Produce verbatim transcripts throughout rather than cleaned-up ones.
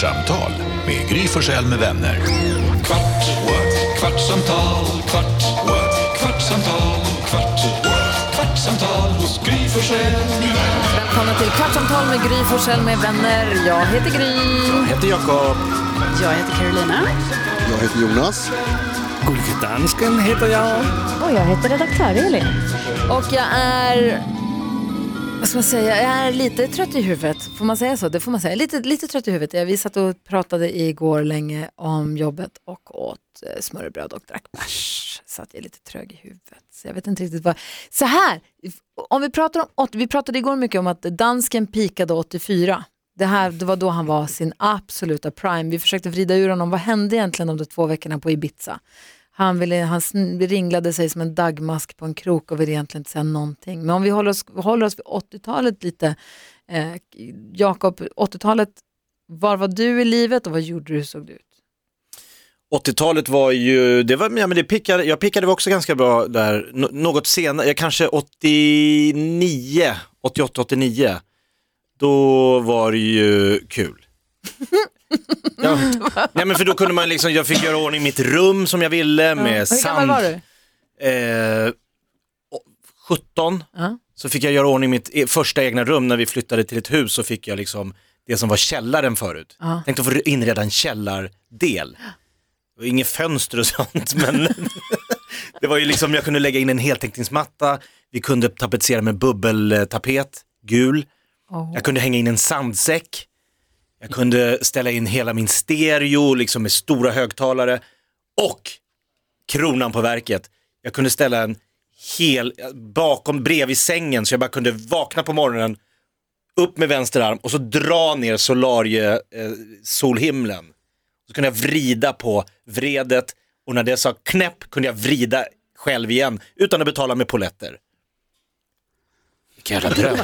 Kvartsamtal med Gry Forssell med vänner. Kvart, what? Kvartsamtal, kvart, what? Kvartsamtal, kvart, what? Kvartsamtal hos Gry Forssell med vänner. Välkomna till Kvartsamtal med Gry Forssell med vänner. Jag heter Gry. Jag heter Jakob. Jag heter Carolina. Jag heter Jonas. Gulkedansken heter jag. Och jag heter redaktör Elin. Och jag är... Vad ska man säga? Jag är lite trött i huvudet. Får man säga så? Det får man säga. Lite, lite trött i huvudet. Vi satt och pratade igår länge om jobbet och åt smörrebröd och drack bärs. Så att jag är lite trög i huvudet. Så jag vet inte riktigt vad... Så här! Om vi pratar om... åttio Vi pratade igår mycket om att dansken pikade åttiofyra. Det, här, det var då han var sin absoluta prime. Vi försökte vrida ur honom. Vad hände egentligen de två veckorna på Ibiza? Han, ville, han ringlade sig som en dagmask på en krok och ville egentligen inte säga någonting. Men om vi håller oss, håller oss vid åttiotalet lite. Eh, Jakob, åttiotalet, var var du i livet och vad gjorde du, såg du ut? åttiotalet var ju, det var, ja, men det pickade, jag pickade också ganska bra där. N- något senare, jag kanske åttionio, åttioåtta, åttionio. Då var det ju kul. Ja. Nej, men för då kunde man liksom, jag fick göra ordning mitt rum som jag ville med ja. sand. Hur gammal var du? Eh, sjutton. Ja. Så fick jag göra ordning mitt e- första egna rum när vi flyttade till ett hus, så fick jag liksom det som var källaren förut. Ja. Tänkte att få inreda en källardel. Det var inget fönster och sånt, men det var ju liksom, jag kunde lägga in en heltäckningsmatta, vi kunde tapetsera med bubbeltapet, gul. Oh. Jag kunde hänga in en sandsäck. Jag kunde ställa in hela min stereo liksom med stora högtalare. Och kronan på verket, jag kunde ställa en hel bakom bredvid sängen, så jag bara kunde vakna på morgonen, upp med vänster arm och så dra ner solarie eh, solhimlen. Så kunde jag vrida på vredet, och när det sa knäpp kunde jag vrida själv igen utan att betala med poletter. Vilken jävla dröm.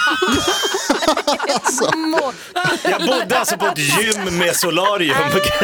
Alltså. Jag bodde alltså på ett gym med solarium.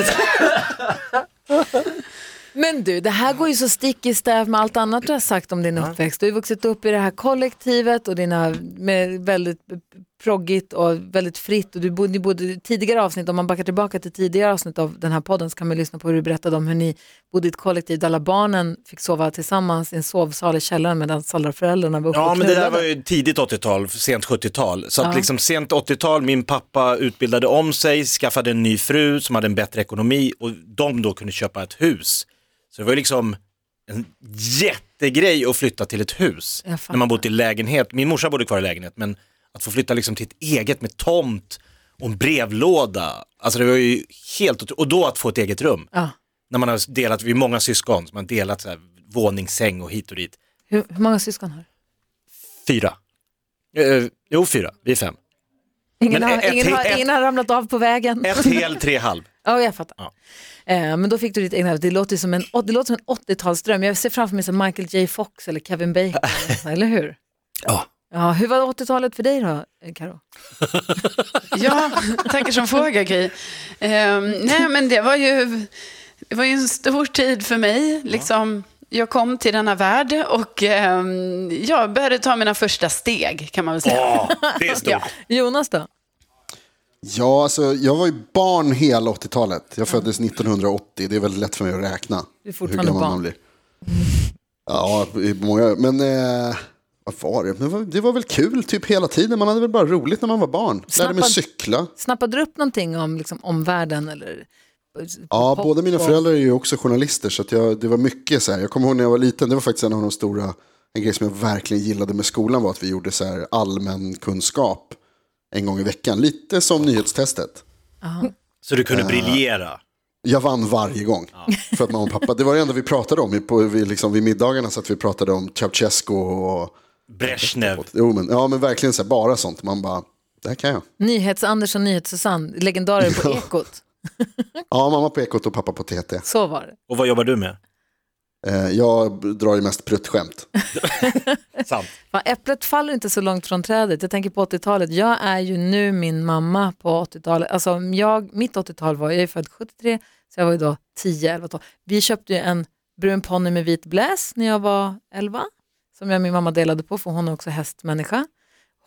Men du, det här går ju så stick i stäv med allt annat du har sagt om din uppväxt. Du har vuxit upp i det här kollektivet och dina med väldigt proggigt och väldigt fritt. Och du bodde, bodde tidigare avsnitt, om man backar tillbaka till tidigare avsnitt av den här podden, så kan man lyssna på hur du berättade om hur ni bodde i ett kollektiv där alla barnen fick sova tillsammans i en sovsal i källaren medan alla föräldrarna var uppe Ja, och men det där knullade. var ju tidigt åttiotal, sent sjuttiotal. Så att Ja. liksom sent åttiotal, min pappa utbildade om sig, skaffade en ny fru som hade en bättre ekonomi, och de då kunde köpa ett hus. Så det var ju liksom en jättegrej att flytta till ett hus när man bodde i lägenhet. Min morsa bodde kvar i lägenhet, men att få flytta liksom till ett eget med tomt och en brevlåda. Alltså det var ju helt... Och då att få ett eget rum. Ja. När man har delat, vi är många syskon som har delat så här våningssäng och hit och dit. Hur, hur många syskon har Fyra. Eh, jo, fyra. Vi är fem. ingen? Men Har, ett- ingen, har, ett- ingen har ramlat av på vägen. Ett hel, tre halv. Ja, jag fattar. Ja. Eh, men då fick du ditt egna, det låter som en, det låter som en åttiotalsdröm. Jag ser framför mig som Michael J. Fox eller Kevin Bacon, eller hur? Ja. Ja, hur var åttiotalet för dig då, Karo? Ja, tackar som fråga, Gry. Um, nej, men det var ju det var ju en stor tid för mig. Liksom, jag kom till denna värld och um, jag började ta mina första steg, kan man väl säga. Åh, det är stort. Ja. Jonas då? Ja, alltså, jag var ju barn hela åttiotalet. Jag föddes nittonhundraåttio. Det är väldigt lätt för mig att räkna. Du är fortfarande hur gammal barn. man blir. Ja, många. Men eh, vad var det? Men det var, det var väl kul typ hela tiden. Man hade väl bara roligt när man var barn. Lärde mig Snappad- cykla. Snappade du upp någonting om, liksom, om världen? Eller, Ja, pop båda mina och- föräldrar är ju också journalister. Så att jag, det var mycket så här. Jag kommer ihåg när jag var liten. Det var faktiskt en av de stora... En grej som jag verkligen gillade med skolan var att vi gjorde så här allmän kunskap en gång i veckan. Lite som nyhetstestet. Så du kunde briljera. Jag vann varje gång. Ja. För att mamma och pappa, det var det enda vi pratade om. På, vi, liksom, vid middagarna så att vi pratade om Ceausescu och... Brezhnev. Jo, men, ja, men verkligen så här, bara sånt. Man bara, det här kan jag. Nyhets-Anders och Nyhets-Susanne, legendarer på Ekot. Ja, mamma på Ekot och pappa på T T. Så var det. Och vad jobbar du med? Eh, jag drar ju mest pruttskämt. Sant. Fan, äpplet faller inte så långt från trädet. Jag tänker på åttiotalet. Jag är ju nu min mamma på åttiotalet. Alltså jag, mitt åttiotal var, jag är född sjuttiotre, så jag var ju då tio, elva, tolv. Vi köpte ju en brun ponny med vit bläs när jag var elva. Som jag och min mamma delade på, för hon är också hästmänniska.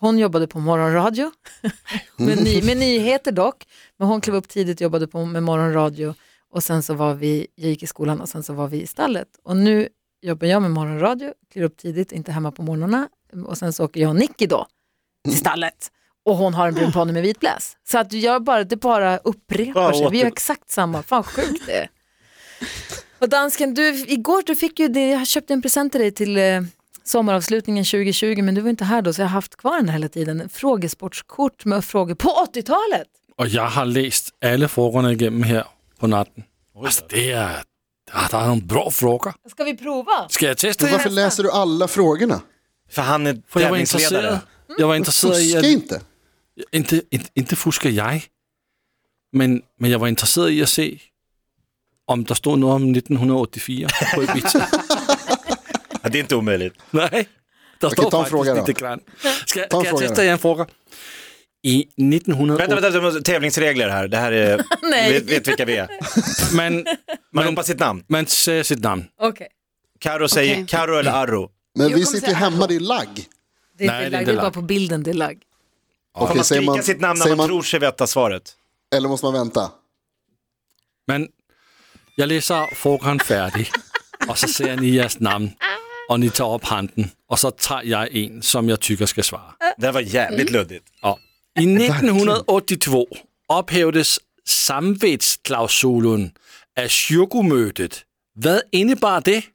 hon jobbade på morgonradio med, ny, med nyheter dock, men hon klev upp tidigt och jobbade på, med morgonradio och sen så var vi, jag gick i skolan och sen så var vi i stallet och nu jobbar jag med morgonradio, kliver upp tidigt, inte hemma på morgnarna och sen så åker jag och Nicky då till stallet och hon har en brun ponny med vit bläs. Så att jag bara, det bara upprepar sig. Vi har exakt samma, fan sjukt det är. Och dansken, du, igår du fick ju det, jag köpte en present till dig till eh, sommaravslutningen tjugo tjugo men du var inte här då så jag har haft kvar den hela tiden. Frågesportskort med frågor på åttiotalet. Och jag har läst alla frågorna igenom här på natten. Alltså det är, det är en bra fråga. Ska vi prova? Ska jag testa? Varför läser du alla frågorna? För han är För jag var tävlingsledare. intresserad. Jag var intresserad i Fuska att... inte. Inte, inte, inte fuskar jag. Men, men jag var intresserad i att se om det stod något om nittonhundraåttiofyra på Ibiza. Ja, det är inte omöjligt. Nej, det står ta en faktiskt fråga då. lite grann. Ska, Ta en ska jag fråga testa då. er en fråga? I nittonhundraåttio... Vänta, vänta, vänta, tävlingsregler här. Det här är, Nej. vet, vet vilka vi är. Men, Man men ropar sitt namn. man säger sitt namn. Okej. Karo säger Okej. Karo eller Arro. Men Jag vi kommer sitter ju säga hemma, det är lagg. Det är Nej, inte det är lag, inte det är bara lag. på bilden det är lag. Får Okej, man säger skrika man, sitt namn när säger man, man, tror sig veta svaret? eller måste man vänta? Men jag läser frågan färdig. Och så säger ni ers namn. Och ni tar upp handen. Och så tar jag en som jag tycker ska svara. Det här var jävligt luddigt. Ja. I nittonhundraåttiotvå upphävdes samvetsklausulen av kyrkomötet. Vad innebar det?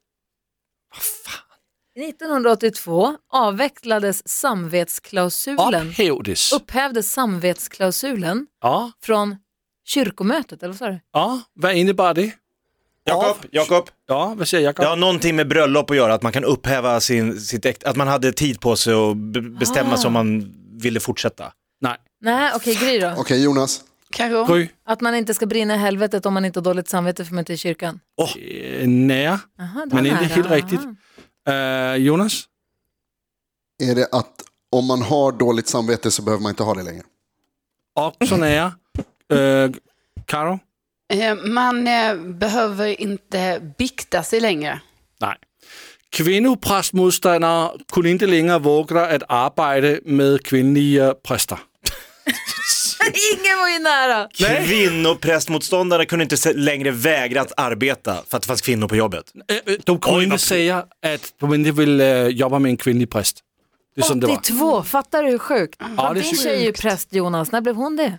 nittonhundraåttiotvå avvecklades samvetsklausulen. Upphävdes. Upphävdes samvetsklausulen Ja, från kyrkomötet, eller vad sa du? ja, vad innebar det? Jakob, Jakob. Ja, vad säger Jakob? Det har någonting med bröllop att göra, att man kan upphäva sin, sitt äkt, att man hade tid på sig och be- bestämma Ah. sig om man ville fortsätta. Nej, Nej, okej, Gry då. Okej, Jonas. Karo? Gry. Att man inte ska brinna i helvetet om man inte har dåligt samvete för man inte är i kyrkan. Eh, nära, Aha, det var men inte nära. helt riktigt. Aha. Uh, Jonas? Är det att om man har dåligt samvete så behöver man inte ha det längre? Också nära. Uh, Karo? Eh, Man eh, behöver inte bikta sig längre. Nej. Kvinnoprästmotståndare kunde inte längre våga att arbeta med kvinnliga präster. Ingen var ju nära. Kvinnoprästmotståndare kunde inte se- längre vägra att arbeta för att det fanns kvinnor på jobbet. Eh, eh, De kunde Oj, inte vad- säga att de inte vill uh, jobba med en kvinnlig präst. Det är som det var. åttiotvå, fattar du hur sjukt? Ja, det är Din sjukt. tjej är ju präst, Jonas. När blev hon det?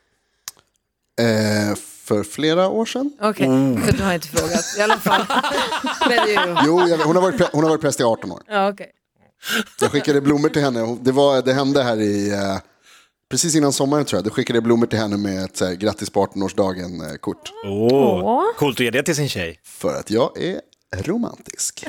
Eh, för flera år sedan. Okej, för du har inte frågat. I alla fall. Men det är ju... Jo, jag, hon, har varit, pre- hon har varit präst i arton år. Ja, okej. Jag skickade blommor till henne. Hon- Det, var, det hände här i... Eh, precis innan sommaren tror jag. Då skickade jag blommor till henne med ett så här, grattis på artonårsdagen-kort. Åh, Åh. coolt att ge det till sin tjej. För att jag är romantisk.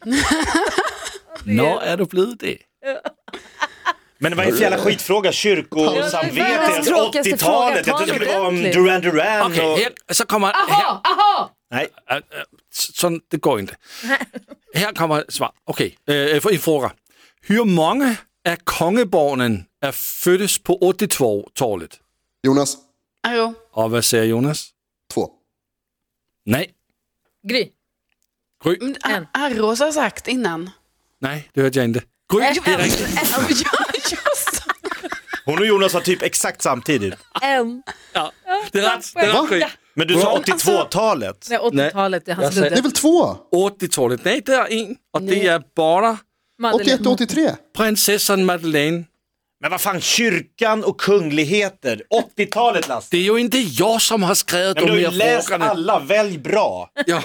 Nå är du blivit det? Men vad är det för jävla skitfråga? Kyrkosamvete, världens tråkigaste åttiotalet. fråga. Jag trodde det skulle vara om ordentligt. Duran Duran. Okej, och... här, så kommer... Här, Aha, aha! Nej, äh, äh, så, det går inte. Här kommer svar. Okej, äh, en fråga. Hur många av kongebarnen är föddes på åttiotvå-talet? Jonas, Karo? Och vad säger Jonas? två. Nej. Gry. Gry? Men En. A- Arros har sagt innan. Nej, det hörde jag inte. Gry, det är riktigt. Ja, just. hon och Jonas var typ exakt samtidigt. En. Ja, det är rätt. Det är rätt, Gry. Men du sa åttiotvå-talet. Nej, åttiotalet, det är hans Jag säger- Det är ludde. väl två? åttiotalet. Nej, det är en. Och det är bara åttioett och åttiotre. prinsessan Madeleine. Men vad fan, kyrkan och kungligheter. åttiotalet, Lasse. Det är ju inte jag som har skrivit Men de du har ju här läst frågorna. alla, välj bra. Ja.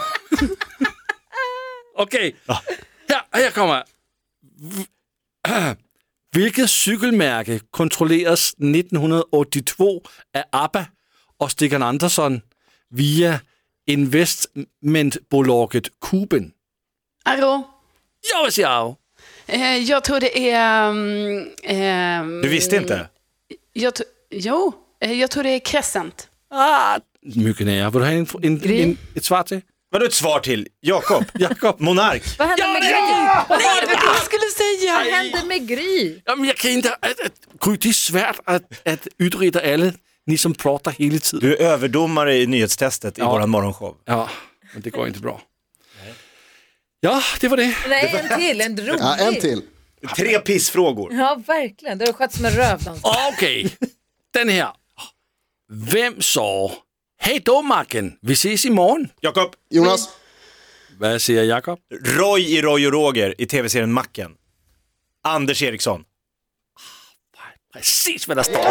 Okej, här, här kommer. V- Vilket cykelmärke kontrolleras nittonhundraåttiotvå av ABBA och Stig Andersson via investmentbolaget Kuben? Aro? Jag vill säga Aro. Eh, jag tror det är... Um, ehm, Du visste inte? Jag t- jo, eh, jag tror det är Crescent. Ah, mycket nära. Vill du ha en, en, en, ett svar till? Vadå ett svar till? Jakob? Jakob? Monark? Vad hände med Gry? Nej, det var det jag skulle säga! Vad hände med Gry? Ja, men jag kan inte... Att, att, Gry, det är svårt att, att utreda alla ni som pratar hela tiden. Du är överdomare i nyhetstestet i Ja. våran morgonshow. Ja, men det går inte bra. Ja, det var det. Nej, en till, en rolig. Ja, en till. Tre pissfrågor. Ja, verkligen. Det har skett som en rövdans. Okej, okay. Den här. Vem sa hej då Macken, vi ses imorgon? Jakob. Jonas. Vad säger Jakob? Roy i Roy och Roger i tv-serien Macken. Anders Eriksson. Precis vad det står i.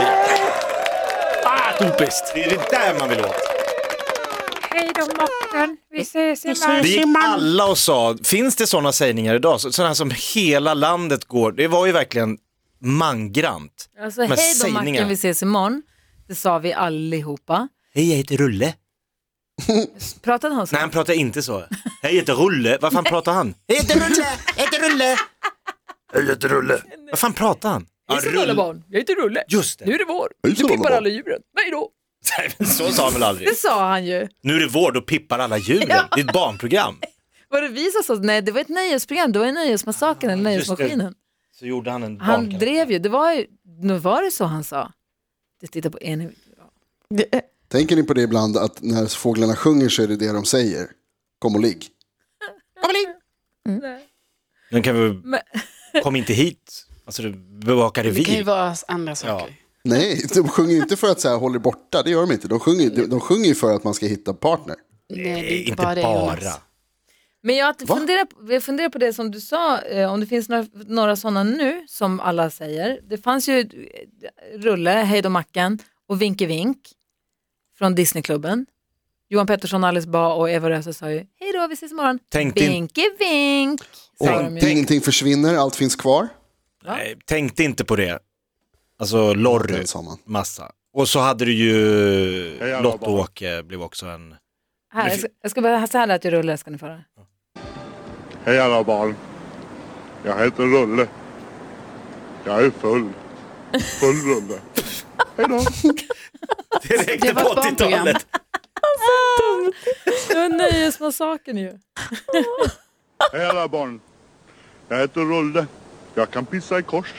Ah, du är bäst. Det är det där man vill åt. Hej då Macken, vi ses imorgon. Det gick alla och sa, finns det sådana sägningar idag? Så, sådana som hela landet går, det var ju verkligen mangrant. Alltså hej då Macken, vi ses imorgon. Det sa vi allihopa. Hej, jag heter Rulle. Pratade han så? Nej, han pratade inte så. Hej, jag heter Rulle. Vad fan pratar han? Hej, jag heter Rulle. Jag heter Rulle. Jag heter Rulle. Vad fan pratar han? Jag heter Rulle barn. Jag heter Rulle. Just det. Nu är det vår. Nu pippar alla djuren. Nej då. Så sa han väl aldrig. Det sa han ju. Nu är det vår, då pippar alla djuren. Ja. Det är ett barnprogram. Var det vi som sa? Nej, det var ett nöjesprogram. Det var en nöjesmassakern eller nöjesmaskinen. Så gjorde han en Han drev ju. Det var ju, nu var det så han sa. Det tittar på en. Tänker ni på det ibland att när fåglarna sjunger så är det det de säger? Kom och ligg. Kom och ligg. Mm. Den kan vi... Men... Kom inte hit. Alltså du bevakar revir. Det kan ju vara andra saker. Ja. Nej, de sjunger inte för att så här, håller borta. Det gör de inte. De sjunger, de, de sjunger ju för att man ska hitta partner. Nej, det är inte, inte bara. Det, bara. Men jag funderar, jag funderar på det som du sa. Eh, om det finns några, några sådana nu som alla säger. Det fanns ju Rulle, Hej då Macken och Vinke Vink från Disneyklubben. Johan Pettersson, Alice Ba och Eva Röse sa ju hej då, vi ses imorgon. Vinke Vink. Och ingenting försvinner, allt finns kvar. Nej, tänkte inte på det. Alltså Lorry, massa. Och så hade du ju Lotta Åke blev också en... Här, jag, ska, jag ska bara så här att jag rullar, ska ni få det. Hej alla barn. Jag heter Rulle. Jag är full. Full Rulle. Hej då. Det räckte på åttiotalet. Det var nöjesmassaken ju. Hej alla barn. Jag heter Rulle. Jag kan pissa i kors.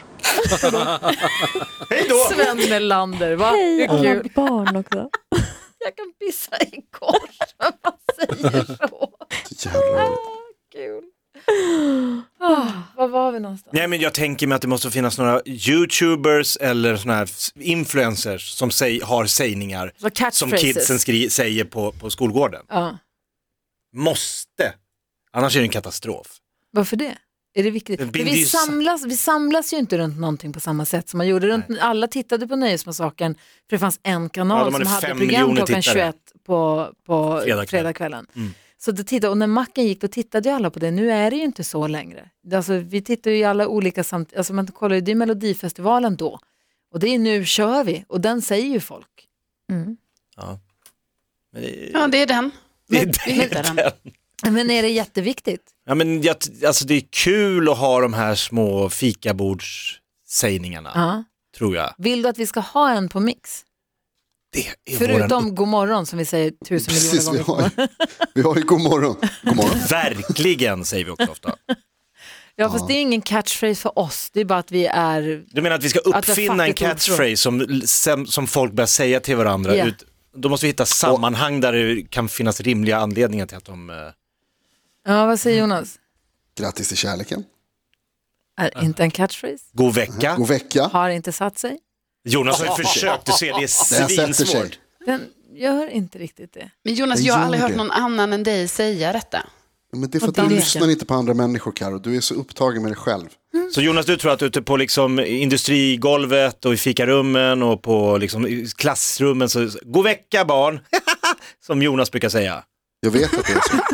Hej då! Sven Melander, va? Hej alla barn också. Jag kan pissa i kors. Vad säger så? Jävlar. Ah, kul. Ah, var var vi någonstans? Nej, men jag tänker mig att det måste finnas några YouTubers eller såna här influencers som säg, har sägningar som kidsen skri, säger på, på skolgården. Ja. Måste. Annars är det en katastrof. Varför det? Är det viktigt? Det vi, samlas, vi samlas ju inte runt någonting på samma sätt som man gjorde. Runt, alla tittade på Nöjesmassakern för det fanns en kanal ja, som hade program klockan tjugoett på, på fredagskvällen. Mm. Så det tittade, och när Macken gick då tittade ju alla på det. Nu är det ju inte så längre. Alltså, vi tittar ju i alla olika samt, alltså man kollar ju, det är Melodifestivalen då. Och det är nu kör vi. Och den säger ju folk. Mm. Ja. Men det, ja, det är den. Det, det, vi hittar den. den. Men är det jätteviktigt? Ja, men jag, alltså det är kul att ha de här små fikabordssägningarna, ja. Tror jag. Vill du att vi ska ha en på mix? Det är förutom våran... god morgon som vi säger tusen Precis, miljoner gånger. Vi har, vi har ju god morgon. God morgon. Verkligen säger vi också ofta. Ja, fast ja. Det är ingen catchphrase för oss. Det är bara att vi är... Du menar att vi ska uppfinna en catchphrase som, som folk börjar säga till varandra? Yeah. Ut, då måste vi hitta sammanhang där det kan finnas rimliga anledningar till att de... Uh... Ja, vad säger Jonas? Grattis till kärleken. Är uh. inte en catchphrase? God vecka. God vecka. Har inte satt sig. Jonas har ju försökt, du ser, det är svinsvårt. Den gör inte riktigt det. Men Jonas, jag har aldrig hört någon annan än dig säga detta. Men det är för att du lyssnar inte på andra människor, Karo. Du är så upptagen med dig själv. Mm. Så Jonas, du tror att ute på liksom industrigolvet och i fikarummen och på liksom klassrummen så, god vecka barn, som Jonas brukar säga. Jag vet att det är så.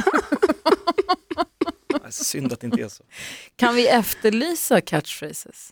Synd att det inte är så. Kan vi efterlysa catchphrases?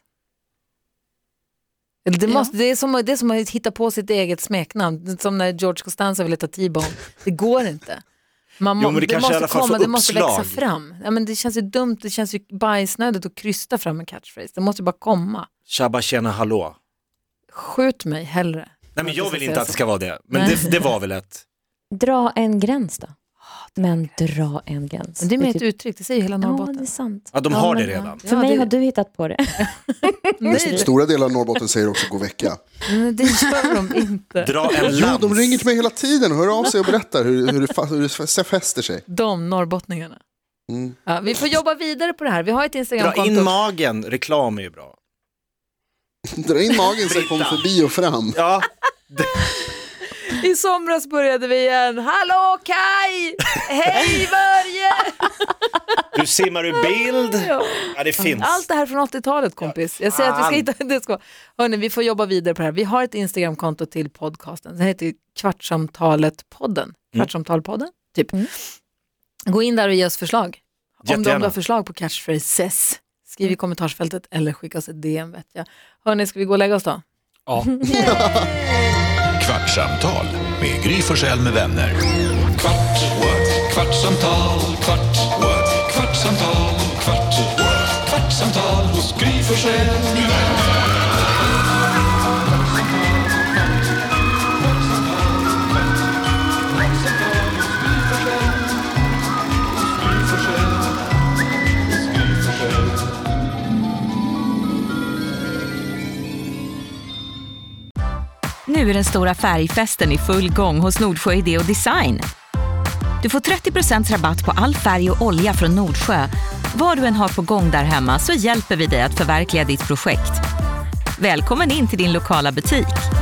Det, måste, ja. det, är som, det är som att hitta på sitt eget smeknamn. Som när George Costanza ville ta T-bone. Det går inte. Man må, jo, det, det måste komma, det måste växa fram. Ja, men det känns ju dumt, det känns ju bajsnödigt att krysta fram en catchphrase. Det måste bara komma. Tjabba tjena hallå. Skjut mig hellre. Nej, men jag vill inte att det ska vara det. Men det, det var väl ett... Dra en gräns då. Men dra en gräns. Men det är med ett uttryck, det säger hela Norrbotten. Ja, det är sant. Ja, de ja, har men, det redan. För ja, mig det... har du hittat på det. Nej. Stora delar av Norrbotten säger också god vecka. Men det gör de inte. Dra en jo, de ringer till mig hela tiden och hör av sig och berättar hur, hur, det, hur det fäster sig. De norrbottningarna. Mm. Ja, vi får jobba vidare på det här. Vi har ett Dra Instagramkonto. in magen, reklam är ju bra. Dra in magen så jag kommer förbi och fram. Ja, I somras började vi igen. Hallå Kai! Hej Börje! du simmar ur bild. Ja, det finns. Allt det här från åttiotalet, kompis. Jag säger att vi ska hitta det. Ska. Hörrni, vi får jobba vidare på det här. Vi har ett Instagramkonto till podcasten. Det heter Kvartsamtalet-podden. Kvartsamtalpodden, typ. Mm. Gå in där och ge oss förslag. Om du har förslag på catchphrases, skriv i kommentarsfältet eller skicka oss ett D M, vet jag. Hörrni, ska vi gå och lägga oss då? Ja. Kvartsamtal med Gry Forssell med vänner. Kvart, what? Kvartsamtal, kvart, what? Kvartsamtal, kvart, what? Kvartsamtal hos Gry Forssell med vänner. Nu är den stora färgfesten i full gång hos Nordsjö Idé och Design. Du får trettio procent rabatt på all färg och olja från Nordsjö. Vad du än har på gång där hemma så hjälper vi dig att förverkliga ditt projekt. Välkommen in till din lokala butik.